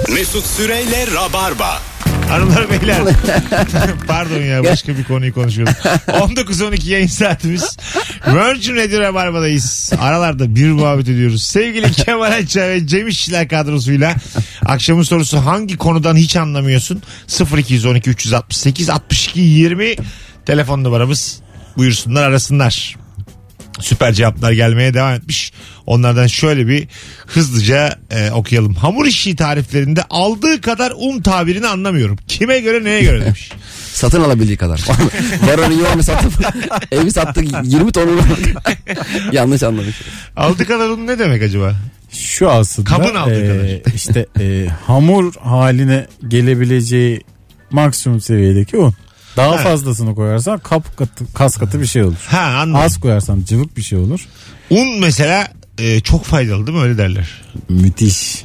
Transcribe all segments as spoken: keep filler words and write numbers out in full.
Mesut Süreyle Rabarba. Hanımlar beyler. Pardon ya, başka bir konuyu konuşuyorduk. on dokuz on iki yayın saatimiz. Virgin Radio Rabarba'dayız. Aralarda bir muhabbet ediyoruz. Sevgili Kemal Ayça ve Cem İşçiler kadrosuyla akşamın sorusu, hangi konudan hiç anlamıyorsun? sıfır iki on iki üç altı sekiz altmış iki yirmi telefon numaramız. Buyursunlar, arasınlar. Süper cevaplar gelmeye devam etmiş. Onlardan şöyle bir hızlıca e, okuyalım. Hamur işi tariflerinde aldığı kadar un tabirini anlamıyorum. Kime göre, neye göre demiş. Satın alabildiği kadar. Varını yoğunu satıp evi sattık yirmi tonunu. Yanlış anlamış. Aldığı kadar un ne demek acaba? Şu aslında Kabın aldığı e, kadar. işte e, hamur haline gelebileceği maksimum seviyedeki un. Daha Ha. fazlasını koyarsan kap katı, kas katı bir şey olur. Ha, anladım. Az koyarsan cıvık bir şey olur. Un mesela e, çok faydalı değil mi, öyle derler. Müthiş.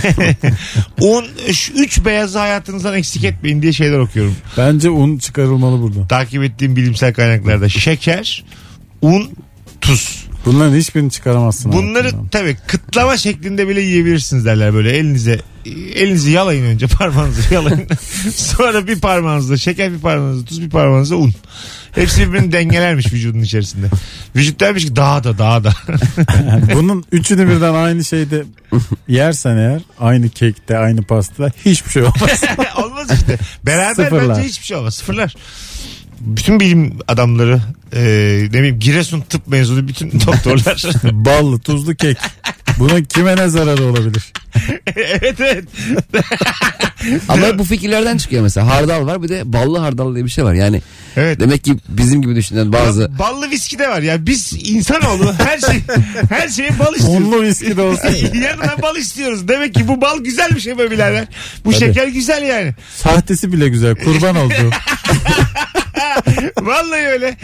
Un, üç beyazı hayatınızdan eksik etmeyin diye şeyler okuyorum. Bence un çıkarılmalı burada. Takip ettiğim bilimsel kaynaklarda şeker, un, tuz. Bunların hiçbirini çıkaramazsın. Bunları hayatından. tabii kıtlama şeklinde bile yiyebilirsiniz derler, böyle elinize elinizi yalayın, önce parmağınızı yalayın. Sonra bir parmağınızda şeker, bir parmağınızda tuz, bir parmağınızda un. Hepsi birbirini dengelermiş vücudun içerisinde. Vücut dermiş ki daha da daha da. Yani bunun üçünü birden aynı şeyde yersen eğer, aynı kekte, aynı pastada hiçbir şey olmaz. Olmaz işte. Beraber Sıfırlar. bence hiçbir şey olmaz. Sıfırlar. Bütün bilim adamları, e, ne bileyim Giresun tıp mezunu bütün doktorlar. Ballı, tuzlu kek. Buna kime ne zararı olabilir? Evet evet. Ama bu fikirlerden çıkıyor mesela. Hardal var, bir de ballı hardal diye bir şey var. Yani Evet. demek ki bizim gibi düşünen bazı... Ballı viski de var ya. Biz insanoğlu her şey her şeye bal istiyoruz. Unlu viski de olsa. Yanına bal istiyoruz. Demek ki bu bal güzel bir şey be birader. Bu Tabii. şeker güzel yani. Sahtesi bile güzel. Kurban oldu. Vallahi öyle.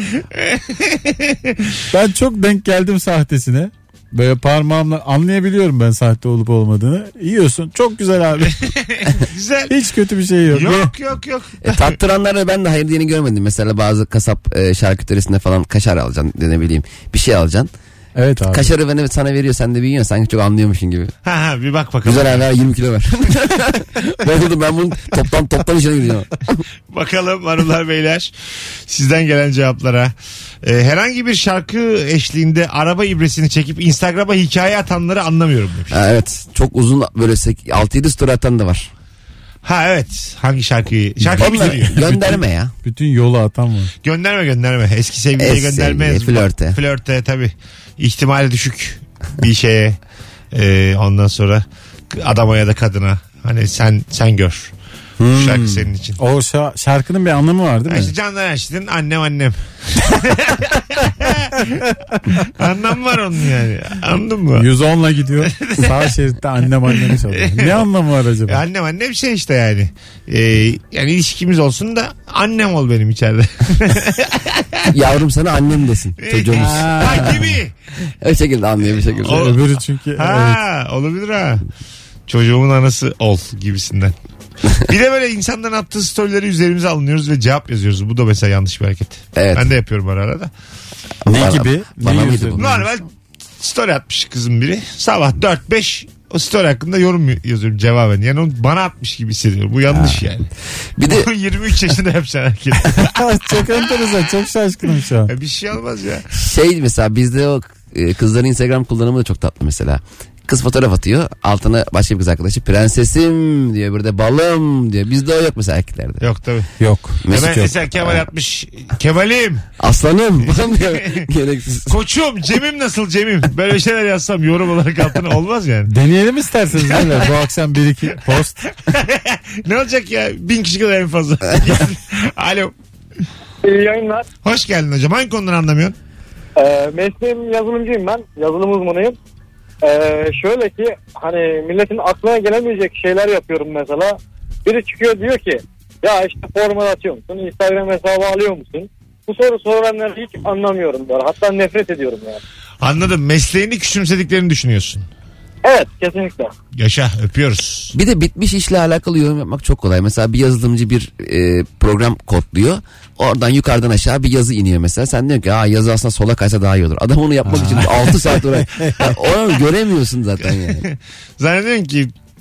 Ben çok denk geldim sahtesine. Böyle parmağımla anlayabiliyorum ben sahte olup olmadığını. Yiyorsun. Çok güzel abi. Güzel. Hiç kötü bir şey yok. Yok yok yok. E, tattıranlarda ben de hayır diyeni görmedim. Mesela bazı kasap e, şarküterisinde falan kaşar alacaksın, ne bileyim bir şey alacaksın. Evet abi. Kaşarı bana sana veriyor, sen de bir yiyorsun, sanki çok anlıyormuşsun gibi. Ha ha, bir bak bakalım. Güzel abi, yirmi kilo ver. Bozuldum ben bunun toptan toptan işine gidiyorum. Bakalım hanımlar beyler, sizden gelen cevaplara. Ee, herhangi bir şarkı eşliğinde araba ibresini çekip Instagram'a hikaye atanları anlamıyorum demiş. Ha, evet, çok uzun böyle altı yedi story atan da var. Ha evet, hangi şarkıyı? Şarkıyı Onlar bitiriyor. gönderme ya. Bütün yolu atan var. Gönderme gönderme. Eski sevgiliye Eski göndermez. sevgiliye, flörte. Flörte tabii. İhtimali düşük bir şeye. Ee, ondan sonra adama ya da kadına. Hani sen sen gör. Hmm. Bu şarkı senin için. O şa- şarkının bir anlamı var değil Ha mi? İşte Candan Erçetin annem annem. Anlam var onun yani. Anladın mı? yüz onla gidiyor. Sağ şeritte annem annemi çalıyor. Ne anlamı var acaba? E, annem annem şey işte yani. Ee, yani ilişkimiz olsun da annem ol benim içeride. Yavrum sana annem desin çocuğumuz. Ha gibi. O şekilde anlıyor bir şekilde. O- Öbürü çünkü evet. Ha olabilir ha. Çocuğumun anası ol gibisinden. Bir de böyle insanların attığı storyleri üzerimize alınıyoruz ve cevap yazıyoruz. Bu da mesela yanlış bir hareket. Evet. Ben de yapıyorum ara ara da. Ne Bana- gibi? bana Ne mıydı yüzü? bu? Normal story atmış kızım biri. Sabah dört beş o story hakkında yorum yazıyorum cevaben. Yani onu bana atmış gibi hissediyorum. Bu yanlış yani. Bir de Bu yirmi üç yaşında yapacaksın hareket. Çok enteresan. Çok şaşkınım şu an. Ya bir şey olmaz ya. şey mesela bizde o e, kızların Instagram kullanımı da çok tatlı mesela. Kız fotoğraf atıyor, altına başka bir kız arkadaşı prensesim diyor, bir de balım diyor. Bizde o yok mesela erkeklerde. Yok tabii. Yok. Mesut Hemen yok. mesela Kemal atmış. Kemal'im, Aslanım falan diyor. Gereksiz. koçum, Cem'im nasıl Cem'im? Böyle şeyler yazsam yorum olarak altına olmaz yani. Deneyelim isterseniz böyle bu akşam bir iki post. Ne olacak ya? Bin kişi kadar en fazla. Alo. İyi yayınlar. Hoş geldin hocam. Hangi konuları anlamıyorsun? Ee, mesleğim yazılımcıyım ben. Yazılım uzmanıyım. Ee, şöyle ki hani milletin aklına gelemeyecek şeyler yapıyorum mesela. Biri çıkıyor diyor ki ya işte format atıyor musun? Instagram hesabı alıyor musun? Bu soru soranları hiç anlamıyorum. Böyle. Hatta nefret ediyorum yani. Anladım. Mesleğini küçümsediklerini düşünüyorsun. Evet kesinlikle. Yaşa, öpüyoruz. Bir de bitmiş işle alakalı yorum yapmak çok kolay. Mesela bir yazılımcı bir e, program kodluyor. Oradan yukarıdan aşağı bir yazı iniyor mesela. Sen diyorsun ki yazı aslında sola kaysa daha iyi olur. Adam onu yapmak için altı saat uğraş. Yani onu göremiyorsun zaten yani. Zannediyorsun ki tut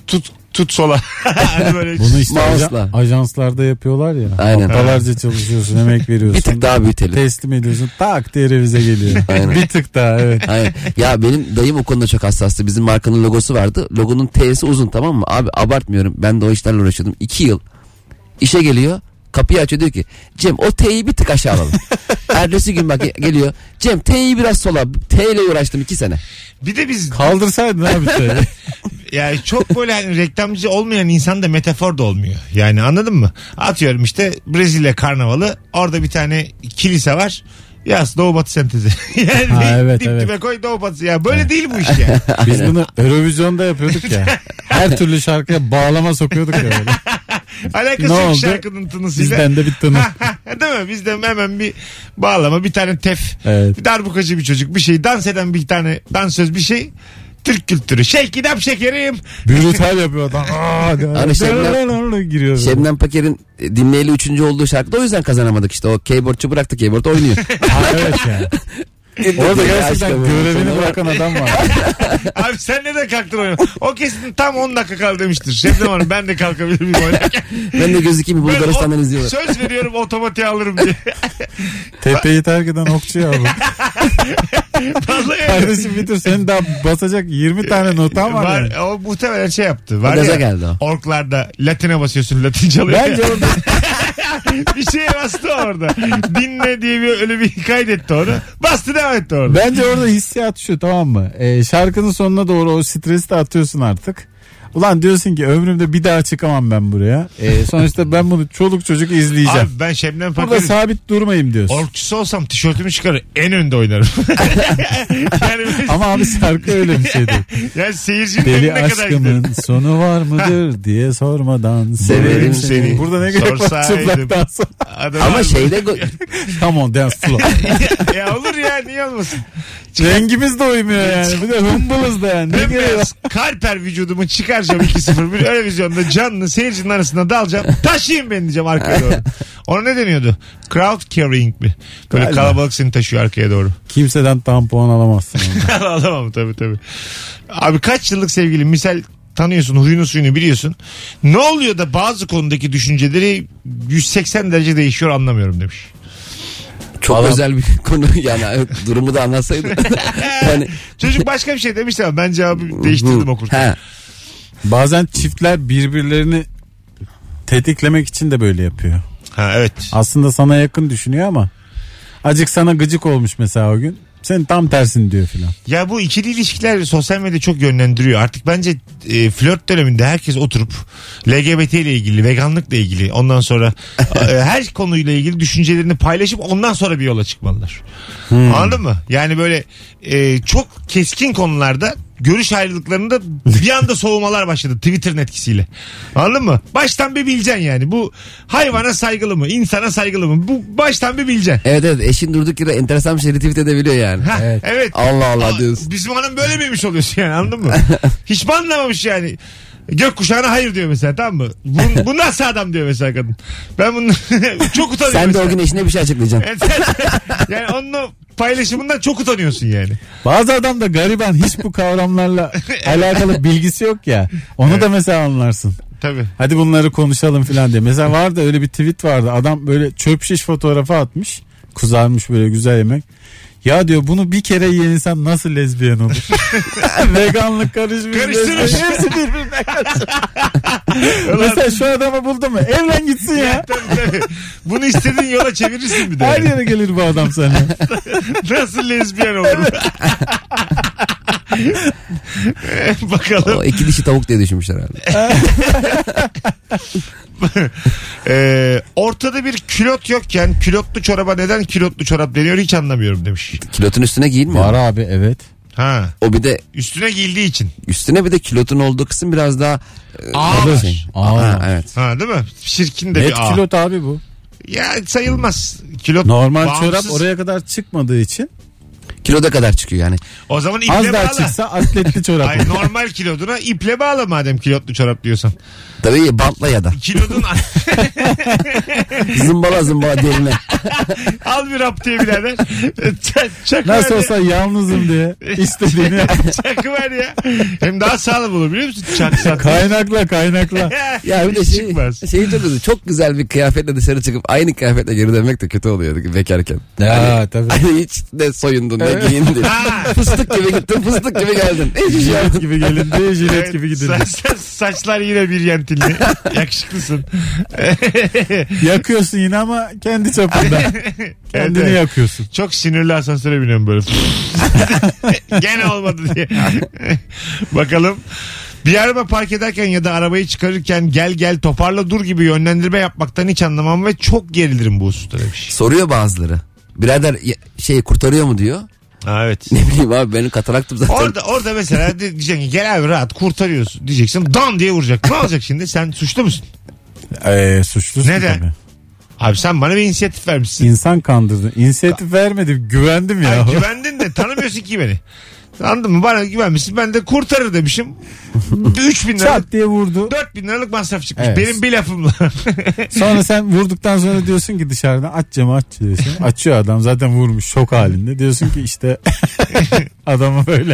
tut sola. Hani böyle Bunu işte Mouse'la. ajan- ajanslarda yapıyorlar ya. Aynen. Haftalarca çalışıyorsun, emek veriyorsun. Bir tık daha büyütelim. Teslim ediyorsun. Tak diye revize geliyor. Aynen. Bir tık daha evet. Aynen. Ya benim dayım o konuda çok hassastı. Bizim markanın logosu vardı. Logonun T'si uzun, tamam mı? Abi abartmıyorum. Ben de o işlerle uğraşıyordum. İki yıl işe geliyor. Kapıyı açıyor, diyor ki Cem o T'yi bir tık aşağı alalım. Ertesi gün bak geliyor. Cem T'yi biraz sola. T ile uğraştım iki sene. bir de biz Kaldırsaydın abi şöyle. yani çok böyle hani reklamcı olmayan insan da metafor da olmuyor. Yani anladın mı? Atıyorum işte Brezilya karnavalı. Orada bir tane kilise var. Yaz doğu batı sentezi. Yani Ha, evet, dip evet. dibe koy doğu batı. Ya böyle değil bu iş ya. Biz bunu Eurovision'da yapıyorduk ya. Her türlü şarkıya bağlama sokuyorduk ya böyle. Alakası Ne yok oldu? şarkının tınısıyla. Bizden de bir tını. Değil mi? Bizde hemen bir bağlama, bir tane tef, Evet. bir darbukacı bir çocuk, bir şey dans eden bir tane dansöz bir şey. Türk kültürü. Şekidem şekerim. Brutal yapıyor adam. Aa, Hani Şebnem- giriyor. böyle. Şebnem Paker'in dinleyeli üçüncü olduğu şarkıda o yüzden kazanamadık işte. O keyboardçu bıraktı, keyboard oynuyor. Ha, evet yani. Orada gerçekten Aşkım, görevini sonra- bırakan adam var. Abi sen neden kalktın oyuna? O kesin tam on dakika kaldı demiştir. Şebnem Hanım ben de kalkabilir miyim oynarken? Ben de gözükeyim Ben Bulgaristan'dan o- izliyorlar. Söz veriyorum otomatiğe alırım diye. Tepeyi terk eden okçu ya bu. Vallahi öyle. Kardeşim bir dur senin daha basacak yirmi tane notan var. Var, yani. o muhtemelen şey yaptı. Var gaza ya, geldi o. Orklarda Latin'e basıyorsun, Latin çalıyor. Bence ya. orada Bir şeye bastı orada. Dinle diye bir öyle bir kaydetti onu. Bastı devam etti orada. bence orada hissiyat şu, tamam mı? Ee, şarkının sonuna doğru o stresi de atıyorsun artık. Ulan diyorsun ki ömrümde bir daha çıkamam ben buraya. Ee, sonuçta ben bunu çoluk çocuk izleyeceğim. Abi ben Şebnem Burada Paker'in sabit durmayayım diyorsun. orkçusu olsam tişörtümü çıkarır en önde oynarım. yani, böyle- Ama abi şarkı öyle bir şey değil. yani seyircinin Deli önüne kadar aşkımın giderim. sonu var mıdır diye sormadan severim seni. seni. Burada ne gerek var Sorsaydım. çıplak dansa. Adam Ama abi- şeyde go- Come on dance slow. ya olur ya niye olmasın? Rengimiz de uymuyor yani. Bir de humble'ız da yani. Ne gereği var? Bembeyaz kalper vücudumu çıkaracağım iki sıfır bir televizyonda canlı seyircinin arasında dalacağım. Taşıyın beni diyeceğim arkaya doğru. Ona ne deniyordu? Crowd carrying mi? Böyle Galiba. kalabalık seni taşıyor arkaya doğru. Kimseden tampon alamazsın. orada. Alamam tabii tabii. Abi kaç yıllık sevgili misal tanıyorsun, huyunu suyunu biliyorsun. Ne oluyor da bazı konudaki düşünceleri yüz seksen derece değişiyor anlamıyorum demiş. çok Adam- özel bir konu yani durumu da anlatsaydı. yani Çocuk başka bir şey demiş ama ben cevabı değiştirdim okurken. He. Bazen çiftler birbirlerini tetiklemek için de böyle yapıyor. Ha evet. Aslında sana yakın düşünüyor ama acık sana gıcık olmuş mesela o gün. Sen tam tersini diyor filan. Ya bu ikili ilişkiler sosyal medya çok yönlendiriyor. Artık bence e, flört döneminde herkes oturup L G B T ile ilgili, veganlıkla ilgili, ondan sonra e, her konuyla ilgili düşüncelerini paylaşıp ondan sonra bir yola çıkmalılar. Hmm. Anladın mı? Yani böyle e, çok keskin konularda görüş ayrılıklarında bir anda soğumalar başladı Twitter'ın etkisiyle. Anladın mı? Baştan bir bileceksin yani. Bu hayvana saygılı mı? İnsana saygılı mı? Bu baştan bir bileceksin. Evet evet, eşin durduk yere enteresan bir şey retweet edebiliyor yani. Ha, evet. Evet. Allah Allah Aa, diyorsun. Bizim hanım böyle miymiş oluyorsun yani anladın mı? Hiç mi anlamamış yani? Gökkuşağına hayır diyor mesela, tamam mı? Bu, bu nasıl adam diyor mesela kadın. Ben bunu çok utanıyorum. Sen de mesela. o gün eşine bir şey açıklayacaksın. Yani, sen- yani onun o paylaşımından çok utanıyorsun yani. Bazı adam da gariban, hiç bu kavramlarla alakalı bilgisi yok ya. Onu da mesela anlarsın. Tabii. Hadi bunları konuşalım filan diye. Mesela vardı öyle bir tweet vardı. Adam böyle çöp şiş fotoğrafı atmış. Kızarmış böyle güzel yemek. Ya diyor bunu bir kere yiyen insan nasıl lezbiyen olur? Veganlık karışmış. Karıştırmış. lezbiyen, Hepsi birbirine karışmış. Mesela şu adamı buldu mu? Evlen gitsin ya. Tabii, tabii. Bunu istediğin yola çevirirsin bir de. Her yani. yere gelir bu adam sana. Nasıl lezbiyen olur? Bakalım. O iki dişi tavuk diye düşünmüşler herhalde. Ee, ortada bir külot yokken külotlu çoraba neden külotlu çorap deniyor hiç anlamıyorum demiş. Kilotun üstüne giyilmiyor. Var abi evet. Ha. O bir de Üstüne giyildiği için. üstüne bir de kilotun olduğu kısım biraz daha e, Ağır. şey. Ağır. Ha, evet. Ha değil mi? Şirkin de Net bir ağ. kilot abi bu. Ya sayılmaz. Kilot Normal bağımsız. çorap oraya kadar çıkmadığı için Kiloda kadar çıkıyor yani. O zaman iple Az bağla. daha çıksa atletli çorap. Ay, normal kiloduna iple bağla madem kilotlu çorap diyorsan. Tabii bantla ya da. Kilodun Zımbala zımbala derine. al bir raptiye birader. Ç- çakı Nasıl ver olsa yalnızım diye istediğini yap. ya. Çakı ver ya. Hem daha sağlam olur biliyor musun? Çak sat. Kaynakla kaynakla. Ya bir de şey, Çıkmaz. şey çok güzel. Çok güzel bir kıyafetle dışarı çıkıp aynı kıyafetle geri dönmek de kötü oluyordu bekarken. Ya tabii. Hani hiç de soyundun ne giyindin. Ha. Fıstık gibi gittin fıstık gibi geldin. Hiçbir şey Jilet yapmadın. gibi gelindi, jilet Evet, gibi gidildi. sa- sa- saçlar yine bir yentilli. Yakışıklısın. Yakıyorsun yine ama kendi çapında. Kendini Evet. yakıyorsun. Çok sinirli asansöre biniyorum böyle. Gene olmadı diye. Bakalım. Bir araba park ederken ya da arabayı çıkarırken gel gel toparla dur gibi yönlendirme yapmaktan hiç anlamam ve çok gerilirim bu hususta demiş. Soruyor bazıları. Birader ya- şey kurtarıyor mu diyor. Ha, evet. Ne bileyim abi benim kataraktım zaten. Orada orada mesela diyeceksin ki gel abi rahat kurtarıyorsun diyeceksin. Dan diye vuracak. Ne olacak şimdi? Sen suçlu musun? Ee, suçlusun Neden? tabii. Abi sen bana bir inisiyatif vermişsin. İnsan kandırdın. İnisiyatif vermedim. Güvendim ya. Ay, güvendin de tanımıyorsun ki beni. Anladın mı? Bana güvenmişsin. Ben de kurtarır demişim. üç bin lira. Çat diye vurdu. dört bin liralık masraf çıkmış. Evet. Benim bir lafımla. Sonra sen vurduktan sonra diyorsun ki dışarıdan aç camı aç diyorsun. Açıyor adam zaten vurmuş şok halinde. Diyorsun ki işte adamı böyle.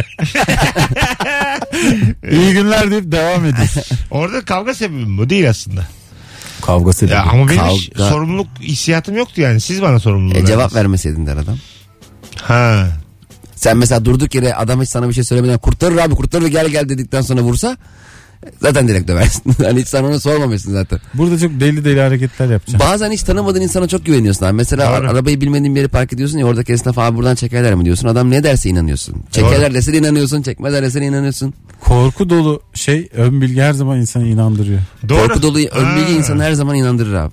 İyi günler deyip devam ediyorsun. Orada kavga sebebi bu değil aslında. Kavga sebebi. Ya ama benim hiç Kavga. sorumluluk hissiyatım yoktu yani. Siz bana sorumluluğu E, verdiniz. cevap vermeseydin der adam. Ha. Sen mesela durduk yere adam hiç sana bir şey söylemeden kurtarır abi kurtarır gel gel dedikten sonra vursa zaten direkt döversin. Hani hiç sana onu sormamışsın zaten. Burada çok deli deli hareketler yapacağım. Bazen hiç tanımadığın insana çok güveniyorsun abi. Mesela Doğru. arabayı bilmediğin bir yere park ediyorsun ya oradaki esnaf abi buradan çekerler mi diyorsun. Adam ne derse inanıyorsun. Çekerler dese de inanıyorsun çekmezler dese de inanıyorsun. Korku dolu şey ön bilgi her zaman insanı inandırıyor. Doğru. Korku dolu ön bilgi Ha. insanı her zaman inandırır abi.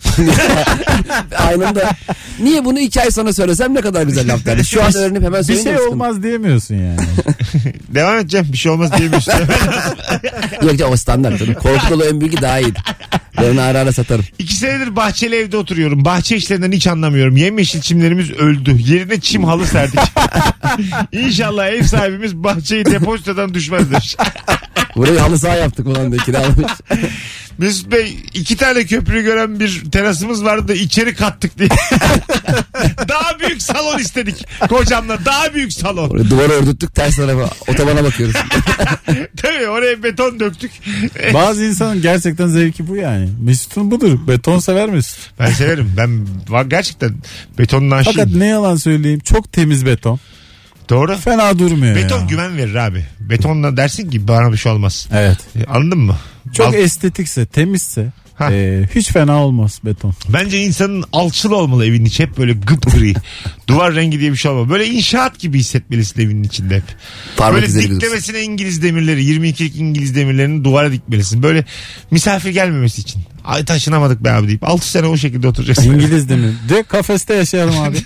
Aynında niye bunu iki ay sonra söylesem ne kadar güzel laf derdi. Şu an öğrenip hemen Bir söyleyince şey sıkıntı. olmaz diyemiyorsun yani. Devam edeceğim. Bir şey olmaz diyemiyorsun. Yok canım o standart. Tabii. Korku dolu ön bilgi daha iyiydi. Ben onu ara ara satarım. İki senedir bahçeli evde oturuyorum. Bahçe işlerinden hiç anlamıyorum. Yemyeşil çimlerimiz öldü. Yerine çim halı serdik. İnşallah ev sahibimiz bahçeyi depozitodan düşmezdir. Burayı halı saha yaptık ulan diye kiralamış. Mesut Bey iki tane köprü gören bir terasımız vardı da içeri kattık diye. Daha büyük salon istedik kocamla. Daha büyük salon. Orayı duvara ördüttük ters tarafa otobana bakıyoruz. Tabii oraya beton döktük. Bazı insanın gerçekten zevki bu yani. Mesut'un budur. Beton sever Mesut. Ben severim. Ben var gerçekten betonun aşığım. Fakat ne yalan söyleyeyim çok temiz beton. Doğru. Fena durmuyor Beton ya. güven verir abi. Betonla dersin ki bana bir şey olmaz. Evet. E, Anladın mı? Çok Al- estetikse, temizse Ha. e, hiç fena olmaz beton. Bence insanın alçılı olmalı evinin içi hep böyle gıpgri. Duvar rengi diye bir şey olmalı. Böyle inşaat gibi hissetmelisin evinin içinde hep. Parmak Böyle izleri gözüksün. diklemesine İngiliz demirleri yirmi ikilik İngiliz demirlerini duvara dikmelisin. Böyle misafir gelmemesi için. Ay taşınamadık be abi deyip altı sene o şekilde oturacaksın. İngiliz değil mi? De kafeste yaşayalım abi.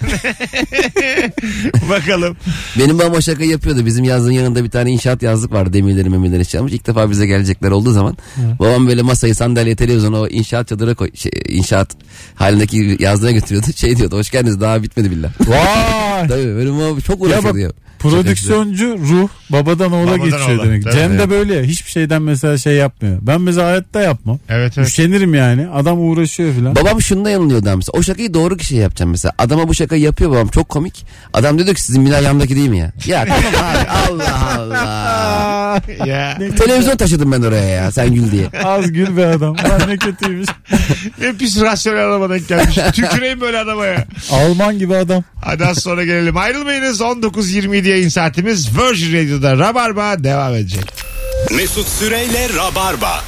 Bakalım. Benim babam o şakayı yapıyordu. Bizim yazlığın yanında bir tane inşaat yazlık vardı. Demirleri memirleri çalmış. İlk defa bize gelecekler olduğu zaman. Babam böyle masayı sandalye televizyonu o inşaat çadıra koy. Şey, inşaat halindeki yazlığa götürüyordu. Şey diyordu hoş geldiniz daha bitmedi billah. Vay. Tabii benim babam çok Ya bak uğraşıyordu ya. prodüksiyoncu ruh babadan oğula Babadan geçiyor oğula. demek. Tabii Cem ya. de böyle hiçbir şeyden mesela şey yapmıyor. Ben mesela hayatta yapmam. Evet evet. Üşenirim yani. Adam uğraşıyor filan. Babam şunda yanılıyordu mesela. O şakayı doğru kişiye yapacağım mesela. Adama bu şakayı yapıyor babam çok komik. Adam diyor ki sizin bina yandaki değil mi ya? Ya tamam abi Allah Allah. Ya. Televizyon taşıdım ben oraya ya sen gül diye. Az gül be adam. Lan ne kötüymüş. Ne pis rasyonel adama denk gelmiş. Tüküreyim böyle adama ya. Alman gibi adam. Hadi az sonra gelelim. Ayrılmayınız. on dokuz yirmi yedi yayın saatimiz. Virgin Radio'da Rabarba devam edecek. Mesut Süreyle Rabarba.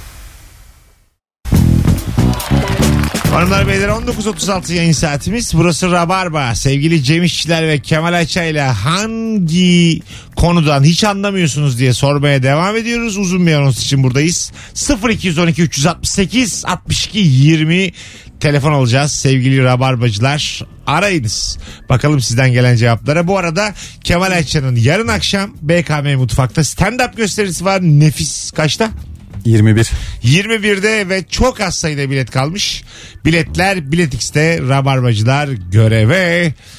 Hanımlar beyler on dokuz otuz altı yayın saatimiz. Burası Rabarba. Sevgili Cem İşçiler ve Kemal Ayça ile hangi konudan hiç anlamıyorsunuz diye sormaya devam ediyoruz. Uzun bir anons için buradayız. sıfır iki on iki üç altı sekiz altmış iki yirmi telefon alacağız sevgili Rabarbacılar. Arayınız. Bakalım sizden gelen cevaplara. Bu arada Kemal Ayça'nın yarın akşam B K M Mutfak'ta stand-up gösterisi var. Nefis kaçta? yirmi bir. yirmi birde ve çok az sayıda bilet kalmış. Biletler Bilet X'te. Rabarbacılar göreve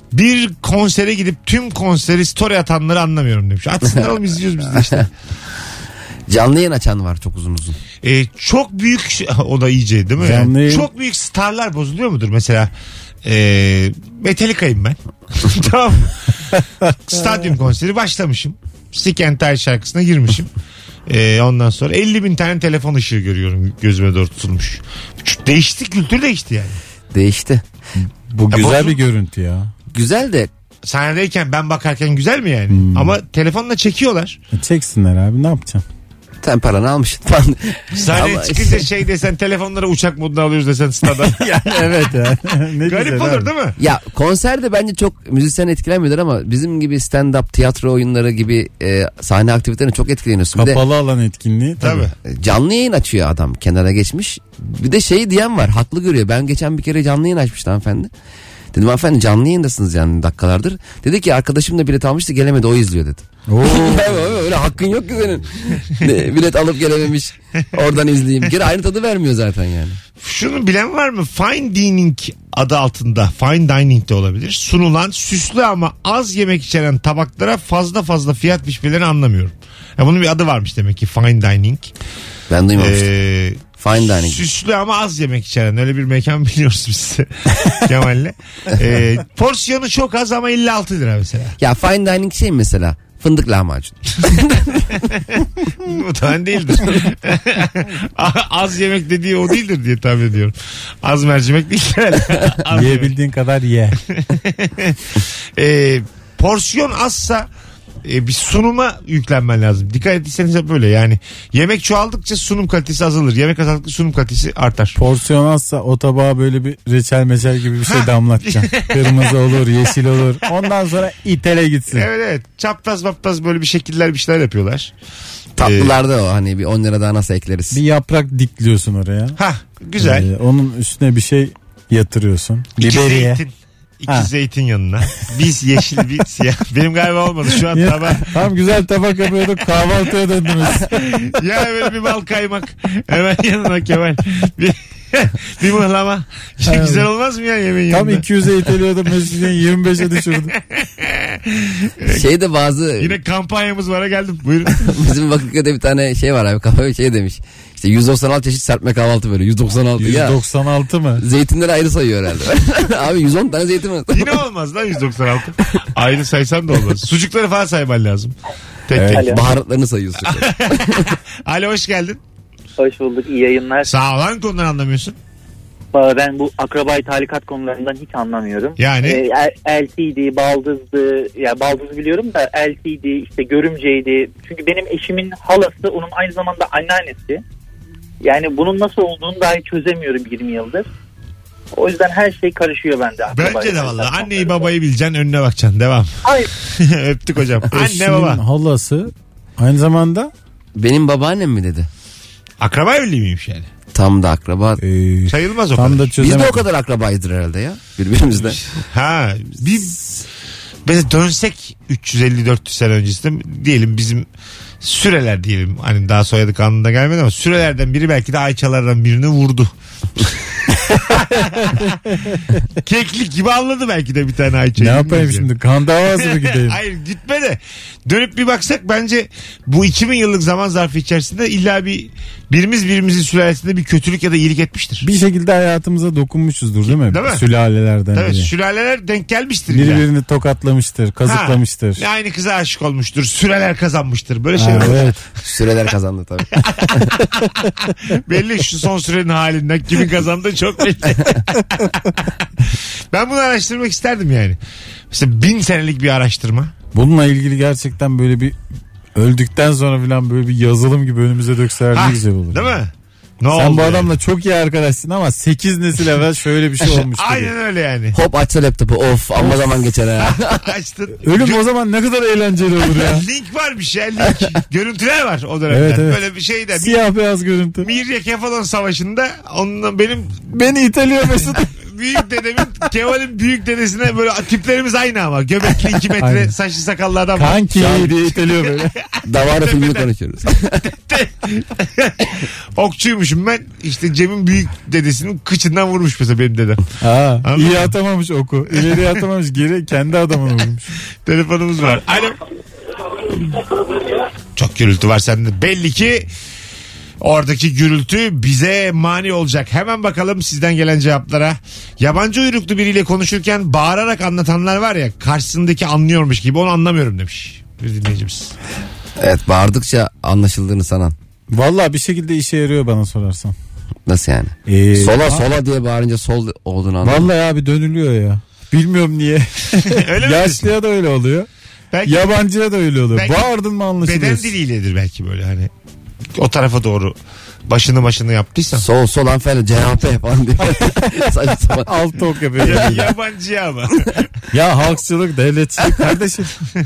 Bir konsere gidip tüm konseri story atanları anlamıyorum demiş. Atsınlar oğlum, izliyoruz biz de işte. Canlı yayın açan var çok uzun uzun. Ee, çok büyük o da iyice değil mi? Canlı yayın- Çok büyük starlar bozuluyor mudur mesela? Ee, Metallica'yım ben. Tamam mı? Stadyum konseri başlamışım. Sick and Tired şarkısına girmişim. Ee, ondan sonra elli bin tane telefon ışığı görüyorum, gözüme doğru tutulmuş. Değişti, kültür değişti yani. Değişti. Bu Ya güzel bozul- bir görüntü ya. Güzel de Sahnedeyken ben bakarken güzel mi yani? Hmm. Ama telefonla çekiyorlar. E, Çeksinler abi, ne yapacaksın? sen paranı almışsın falan. Sahneye Ama çıkınca işte- şey desen, telefonları uçak moduna alıyoruz desen stada. Evet ya. Ne Garip güzel olur abi. değil mi? Ya konserde bence çok müzisyen etkilenmiyorlar ama bizim gibi stand-up, tiyatro oyunları gibi e, sahne aktivitelerine çok etkileniyorsun. Bir de Kapalı alan etkinliği tabii. Tabii. canlı yayın açıyor adam, kenara geçmiş. Bir de şey diyen var, haklı görüyor. Ben geçen bir kere canlı yayın açmıştı hanımefendi. Dedim hanımefendi canlı yayındasınız yani dakikalardır. Dedi ki arkadaşım da bilet almıştı, gelemedi, o izliyor dedi. Oo. Öyle hakkın yok ki senin. Ne, bilet alıp gelememiş, oradan izleyeyim. Geri aynı tadı vermiyor zaten yani. Şunu bilen var mı? Fine dining adı altında, fine dining de olabilir, sunulan süslü ama az yemek içeren tabaklara fazla fazla fiyat biçmelerini anlamıyorum. Ya bunun bir adı varmış demek ki, fine dining. Ben duymamıştım. Ee, Fine dining. Süslü ama az yemek içeren öyle bir mekan biliyoruz biz Kemal'le. Ee, porsiyonu çok az ama elli altı lira mesela. Ya fine dining şey mi mesela? Fındık lahmacun. Muhtemelen değildir. Az yemek dediği o değildir diye tahmin ediyorum. Az mercimek değil. Az yemek. Yiyebildiğin kadar ye. Ee, porsiyon azsa e, bir sunuma yüklenmen lazım. Dikkat ettiyseniz hep böyle yani. Yemek çoğaldıkça sunum kalitesi azalır. Yemek azaldıkça sunum kalitesi artar. Porsiyon azsa o tabağa böyle bir reçel meçel gibi bir şey Ha. damlatacaksın. Kırmızı olur, yeşil olur. Ondan sonra itele gitsin. Evet evet. Çapraz mapraz böyle bir şekiller, bir şeyler yapıyorlar. Tatlılarda o hani bir on lira daha nasıl ekleriz? Bir yaprak dikliyorsun oraya. Ha güzel. Ee, onun üstüne bir şey yatırıyorsun. İki Biberiye. zeytin. İki Ha. zeytin yanına. Biz yeşil, bir siyah. Benim galiba olmadı. Şu an Ya, tabak. tam güzel tabak yapıyorduk, kahvaltıya döndünüz. Ya böyle bir bal kaymak. Hemen yanına Kemal. Bir, bir mıhlama. Şey, güzel olmaz mı ya yemeğin Tam yanında? iki yüze iteliyordum, Mesut'un yirmi beşe düşürdüm. Şeyde bazı Yine kampanyamız var, geldim. Buyurun. bizim Bakırköy'de bir tane şey var abi, kafaya şey demiş. İşte yüz doksan altı çeşit serpme kahvaltı böyle. yüz doksan altı yüz ya. doksan altı mı? Zeytinleri ayrı sayıyor herhalde. Abi yüz on tane zeytin var. Yine olmaz lan yüz doksan altı. Aynı saysan da olmaz. Sucukları falan sayman lazım. Tek Evet. tek. Baharatlarını sayıyorsun. Alo, hoş geldin. Hoş bulduk, iyi yayınlar. Sağ ol. Hangi konudan anlamıyorsun? Ben bu akrabayı talikat konularından hiç anlamıyorum. Yani? Ee, El- eltiydi, baldızdı, ya baldız biliyorum da eltiydi, işte görümceydi. Çünkü benim eşimin halası, onun aynı zamanda anneannesi. Yani bunun nasıl olduğunu dahi çözemiyorum yirmi yıldır. O yüzden her şey karışıyor bende. akrabayı Bence de talikat valla. Anneyi konularında. babayı bileceksin, önüne bakacaksın. Devam. Hayır. Öptük hocam. Anne Eşimin baba. halası aynı zamanda Benim babaannem mi dedi? Akraba evliliği miymiş yani? Tam da akraba. e, Sayılmaz o tam kadar. da Biz çözemedim. de o kadar akrabayızdır herhalde ya. Birbirimizle. Ha, bir mesela dönsek üç yüz elli dört yüz sene öncesinde diyelim, bizim süreler diyelim, hani daha soyadı kanununda gelmedi ama sürelerden biri belki de Ayçalardan birini vurdu. Keklik gibi anladı belki de bir tane Ayça. Ne yapayım şimdi? Kan davası mı gideyim? Hayır, gitme de dönüp bir baksak bence bu iki bin yıllık zaman zarfı içerisinde illa bir birimiz birimizin sülalesinde bir kötülük ya da iyilik etmiştir. Bir şekilde hayatımıza dokunmuşuzdur değil mi? Değil mi? Sülalelerden Tabii biri. sülaleler denk gelmiştir illa. Birbirini tokatlamıştır, kazıklamıştır. Ha, aynı kıza aşık olmuştur. Süreler kazanmıştır. Böyle Ha, şeyler. evet. Süreler kazandı tabii. Belli, şu son sürenin halinden kimin kazandığı çok belli. Ben bunu araştırmak isterdim yani. Mesela bin senelik bir araştırma. Bununla ilgili gerçekten böyle bir öldükten sonra falan böyle bir yazılım gibi önümüze dökseler Ha, ne güzel olur. değil mi? Ne Sen oldu bu yani? adamla çok iyi arkadaşsın ama sekiz nesil evvel şöyle bir şey olmuş gibi. Aynen öyle yani. Hop açsa laptopu, of amma zaman geçer ha. Açtın. Ölüm o zaman ne kadar eğlenceli olur ya. Link varmış ya, link. Görüntüler var o dönemden. Evet, evet. Böyle bir şeyde. Siyah beyaz görüntü. Mirya Kefalon Savaşı'nda onunla benim Beni iteliyor Mesut. büyük dedemin Kemal'in büyük dedesine böyle tiplerimiz aynı ama. Göbekli iki metre Aynen. saçlı sakallı adam var. Kanki diye iteliyor böyle. Davara filmini konuşuyoruz. Okçuymuşum ben. İşte Cem'in büyük dedesinin kıçından vurmuş mesela benim dedem. Ha, Anladın iyi mı? atamamış oku. İleri atamamış, geri kendi adamını vurmuş. Telefonumuz var. Alo. Çok gürültü var sende. Belli ki oradaki gürültü bize mani olacak. Hemen bakalım sizden gelen cevaplara. Yabancı uyruklu biriyle konuşurken bağırarak anlatanlar var ya, karşısındaki anlıyormuş gibi, onu anlamıyorum demiş bir dinleyicimiz. Evet, bağırdıkça anlaşıldığını sanan. Vallahi bir şekilde işe yarıyor bana sorarsan. Nasıl yani? Ee, sola ha- sola diye bağırınca sol olduğunu anladım. Vallahi abi dönülüyor ya. Bilmiyorum niye. Öyle mi? Yaşlıya da öyle oluyor. Belki Yabancıya da öyle oluyor. Belki Bağırdın mı anlaşılıyor. beden diliyledir belki, böyle hani o tarafa doğru başını başını yaptıysan. Sol sol hanımefendi C H P falan diye. Saçma sapan. Alt ok yapıyor. Ya, yabancıya ama. Ya halkçılık, devletçilik kardeşim.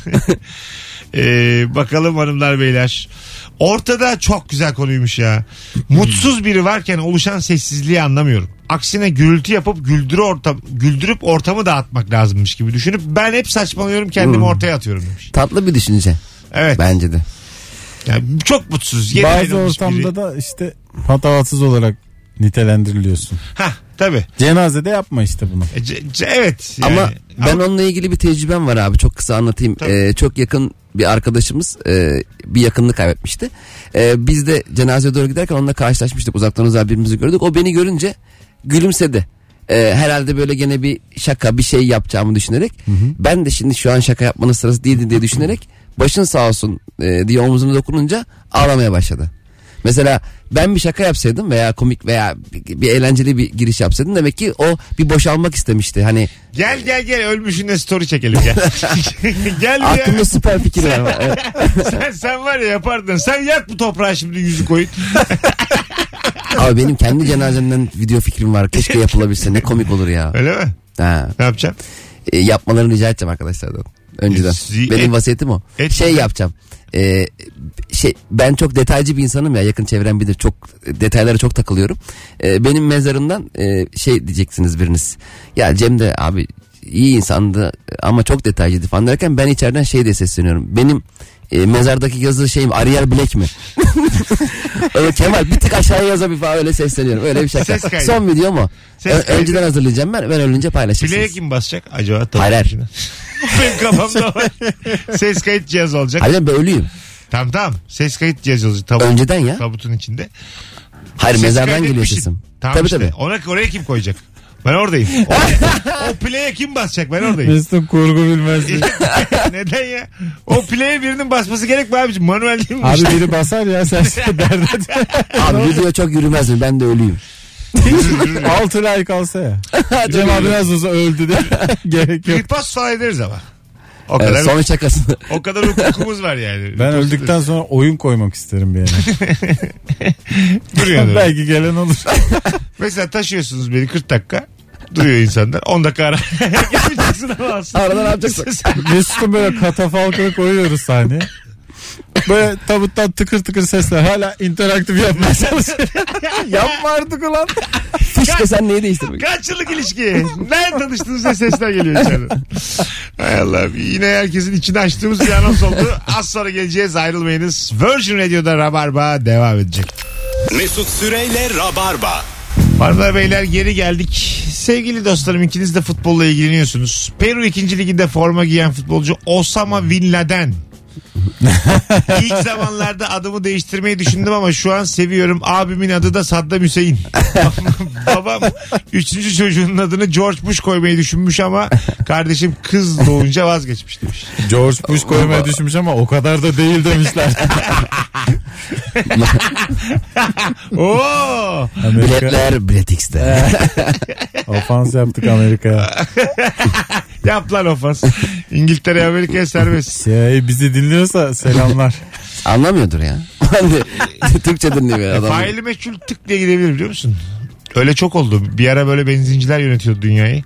Ee, bakalım hanımlar beyler. Ortada çok güzel konuymuş ya. Mutsuz biri varken oluşan sessizliği anlamıyorum. Aksine gürültü yapıp güldürü ortam, güldürüp ortamı dağıtmak lazımmış gibi düşünüp ben hep saçmalıyorum, kendimi Hmm. ortaya atıyorum demiş. Tatlı bir düşünce Evet. bence de. Yani çok mutsuz. Yeni Bazı ayrılmış ortamda biri. da işte patavatsız olarak nitelendiriliyorsun. Hah tabii. Cenazede yapma işte bunu. E, ce- ce- evet. Yani. Ama ben onunla ilgili bir tecrübem var abi, çok kısa anlatayım. Tabii. Ee, çok yakın bir arkadaşımız e, bir yakınını kaybetmişti. Ee, biz de cenazeye doğru giderken onunla karşılaşmıştık, uzaktan uzağa birbirimizi gördük. O beni görünce gülümsedi. Ee, herhalde böyle gene bir şaka bir şey yapacağımı düşünerek. Hı hı. Ben de şimdi şu an şaka yapmanın sırası değildi diye düşünerek başın sağ olsun e, diye omuzuna dokununca ağlamaya başladı. Mesela ben bir şaka yapsaydım veya komik veya bir, bir eğlenceli bir giriş yapsaydım, demek ki o bir boşalmak istemişti. Hani Gel gel gel ölmüşüne story çekelim gel. Gel bir aklımda ya. süper fikirler var. Evet. sen, sen var ya yapardın. Sen yak bu toprağa şimdi yüzü koyun. Abi benim kendi cenazemden video fikrim var. Keşke yapılabilse, ne komik olur ya. Öyle mi? Ha. Ne yapacaksın? E, yapmalarını rica edeceğim arkadaşlardan. Önceden. Z- Benim et- vasiyetim o. et- şey yapacağım. E, şey ben çok detaycı bir insanım ya, yakın çevrem bilir, çok detaylara çok takılıyorum. E, benim mezarımdan e, şey diyeceksiniz biriniz. Ya Cem de abi iyi insandı ama çok detaycıydı falan derken ben içeriden şey diye sesleniyorum. Benim e, mezardaki yazılı şeyim Arial Black mi? Öyle Kemal bir tık aşağıya yaza bir falan, öyle sesleniyorum. Öyle bir şaka. Ses kaydı. Son videom o. Ses Ö- kaydı. önceden hazırlayacağım ben. Ben ölünce paylaşırsınız. Playa kim basacak acaba? Hayır, hayır. Benim kafamda var. Ses kayıt cihazı olacak. Hayır, ben ölüyüm. Tamam tamam. Ses kayıt cihazı olacak. Tabut, Önceden ya. Tabutun içinde. Hayır, Ses mezardan geliyor kaydetmişsin. sesim. Tamam Tabii işte. tabii. Ona, oraya kim koyacak? Ben oradayım. O, o play'e kim basacak? Ben oradayım. Mesut'un kurgu bilmezliği. Neden ya? O play'e birinin basması gerek mi abiciğim? Manuel değil mi? bu Abi işte? biri basar ya sen şey derdin. Abi video çok yürümez mi? Ben de ölüyüm. Altı like alsa ya. Cem abi nasıl olsa öldü de. Gerek yok. Repost falan ederiz ama. O Evet, kadar, son şakasını. o kadar hukukumuz var yani. Ben Repost öldükten ederiz. sonra oyun koymak isterim bir yere. Duruyor. Belki gelen olur. Mesela taşıyorsunuz beni kırk dakika. Duruyor insanlar. on dakika ara. Gelmeyeceksin ama aslında. Arada ne yapacaksın? Mesut'un böyle katafalkını koyuyoruz sahneye. Böyle tabuttan tıkır tıkır sesler. Hala interaktif yapmaya çalışıyor. Yapma artık ulan. Fişte sen neyi değiştirmek? Kaç yıllık ilişki? Nerede tanıştınız diye sesler geliyor içeriden. Hay Allah. Yine herkesin içini açtığımız bir anons oldu. Az sonra geleceğiz, ayrılmayınız. Virgin Radio'da Rabarba devam edecek. Mesut Süreyle Rabarba. Hanımlar beyler geri geldik. Sevgili dostlarım, ikiniz de futbolla ilgileniyorsunuz. Peru ikinci liginde forma giyen futbolcu Osama Bin Laden. İlk zamanlarda adımı değiştirmeyi düşündüm ama şu an seviyorum. Abimin adı da Saddam Hüseyin. Babam üçüncü çocuğunun adını George Bush koymayı düşünmüş ama kardeşim kız doğunca vazgeçmiş demiş. George Bush koymaya düşmüş ama o kadar da değil demişler. Oo! Amerika Biletler Bilet X'te. ofans yaptık Amerika'ya. Yap lan ofans. İngiltere Amerika'ya serbest. Şey bizi dinliyorsa selamlar. Anlamıyordur ya. Hani Türkçe dinliyor ya adam. Faili meçhul tık diye gidebilir biliyor musun? Öyle çok oldu. Bir ara böyle benzinciler yönetiyordu dünyayı.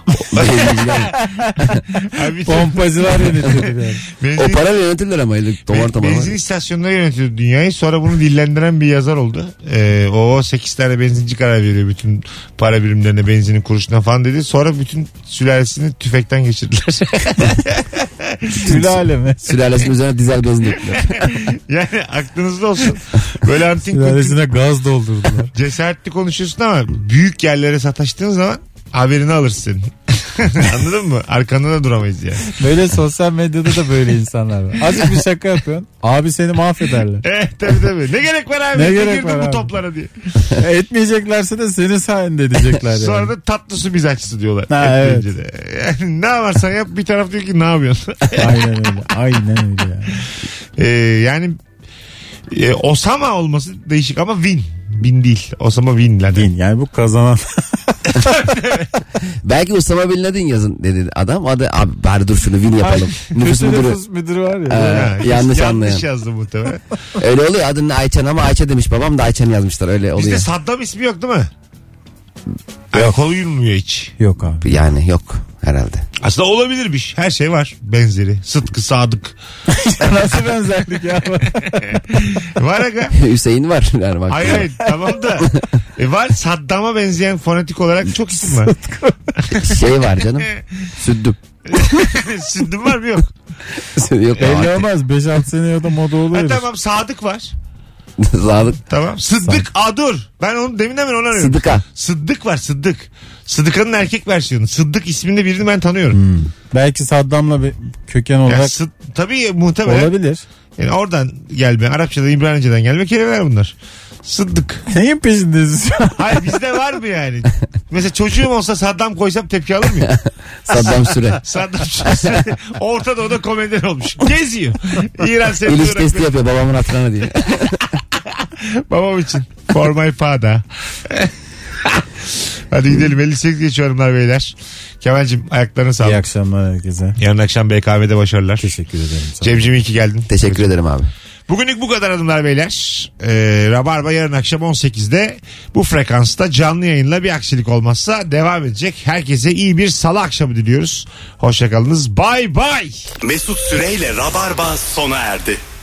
Abi, Pompacılar yönetiyordu yani. benzin, O para yönetirler ama öyle dolar tamam. benzin istasyonları yönetiyordu dünyayı. Sonra bunu dillendiren bir yazar oldu. Ee, o sekiz tane benzinci karar veriyor bütün para birimlerine, benzinin kuruşuna falan dedi. Sonra bütün sülalesini tüfekten geçirdiler. Sülale mi? Sülalesinin üzerine dizel benzin döktüler. Yani aklınızda olsun. Böyle antin kuntin Sülalesine gaz doldurdular. cesaretli konuşuyorsun ama büyük yerlere sataştığın zaman haberini alırsın senin. Anladın mı? Arkanda da duramayız yani. Böyle sosyal medyada da böyle insanlar var. Azıcık bir şaka yapıyorsun. Abi seni mahvederler. Evet tabii tabii. Ne gerek var abi? Ne Ne, gerek girdin var bu abi? toplara diye. Etmeyeceklerse de senin sayende diyecekler yani. Sonra da tatlı su mizaççısı diyorlar. Ha, Etmeyince de. Yani ne varsan yap, bir taraf diyor ki ne yapıyorsun? Aynen öyle. Aynen öyle yani. Ee, yani e, Osama olması değişik ama win. Win değil. Osama win. Din yani bu kazanan. Belki Osama Bin Laden yazın dedi adam. Adı abi bari dur şunu win yapalım. Nüfus Kötü müdürü. nüfus müdürü var ya. Ha, Ha, yanlış anlayan. Yanlış yazdı muhtemelen. Öyle oluyor adını Ayçen ama Ayça demiş babam da Ayçen yazmışlar öyle oluyor. Bizde Saddam ismi yok değil mi? Yok. Kolu yürümüyor hiç. Yok abi. Yani yok herhalde. Aslında olabilirmiş. Her şey var benzeri. Sıtkı, Sadık. Nasıl benzerlik ya? Var aga. Hüseyin var. Yani bak. Hayır hayır tamam da. E var, Saddam'a benzeyen fonetik olarak çok isim var. Şey var canım. Süddüm. Sündüm var mı yok? Yok Belli abi. olmaz. beş altı sene o da moda Ha, oluyor. tamam Sadık var. Sadık. Tamam. Sıddık. Aa dur. Ben onu demin hemen onu arıyorum. Sıddıka. Sıddık var, Sıddık. Sıddıka'nın erkek versiyonu. Sıddık isminde birini ben tanıyorum. Hmm. Belki Saddam'la bir köken Yani olarak Sıd- tabii muhtemelen. olabilir. Yani oradan gelme. Arapçadan, İbranice'den gelme kelimeler bunlar. Sıddık. Neyin peşindeyiz şu an? Hayır bizde var mı yani? Mesela çocuğum olsa Saddam koysam tepki alır mıyım? Saddam Süre. Saddam Süre Orta Doğu'da komedyen olmuş. Geziyor. İran İliş seviyor. testi yapıyor babamın hatırına diye. Babam için. For my father. Hadi gidelim. elli sekiz geçiyor hanımlar beyler. Kemal'cim ayaklarına İyi sağlık. akşamlar herkese. Yarın akşam B K M'de başarılar. Teşekkür ederim. Sağ olun. Cemciğim iyi ki geldin. Teşekkür ederim abi. Bugünlük bu kadar hanımlar beyler. Ee, Rabarba yarın akşam on sekizde bu frekansta canlı yayınla bir aksilik olmazsa devam edecek. Herkese iyi bir salı akşamı diliyoruz. Hoşçakalınız. Bay bay. Mesut Süreyle Rabarba sona erdi.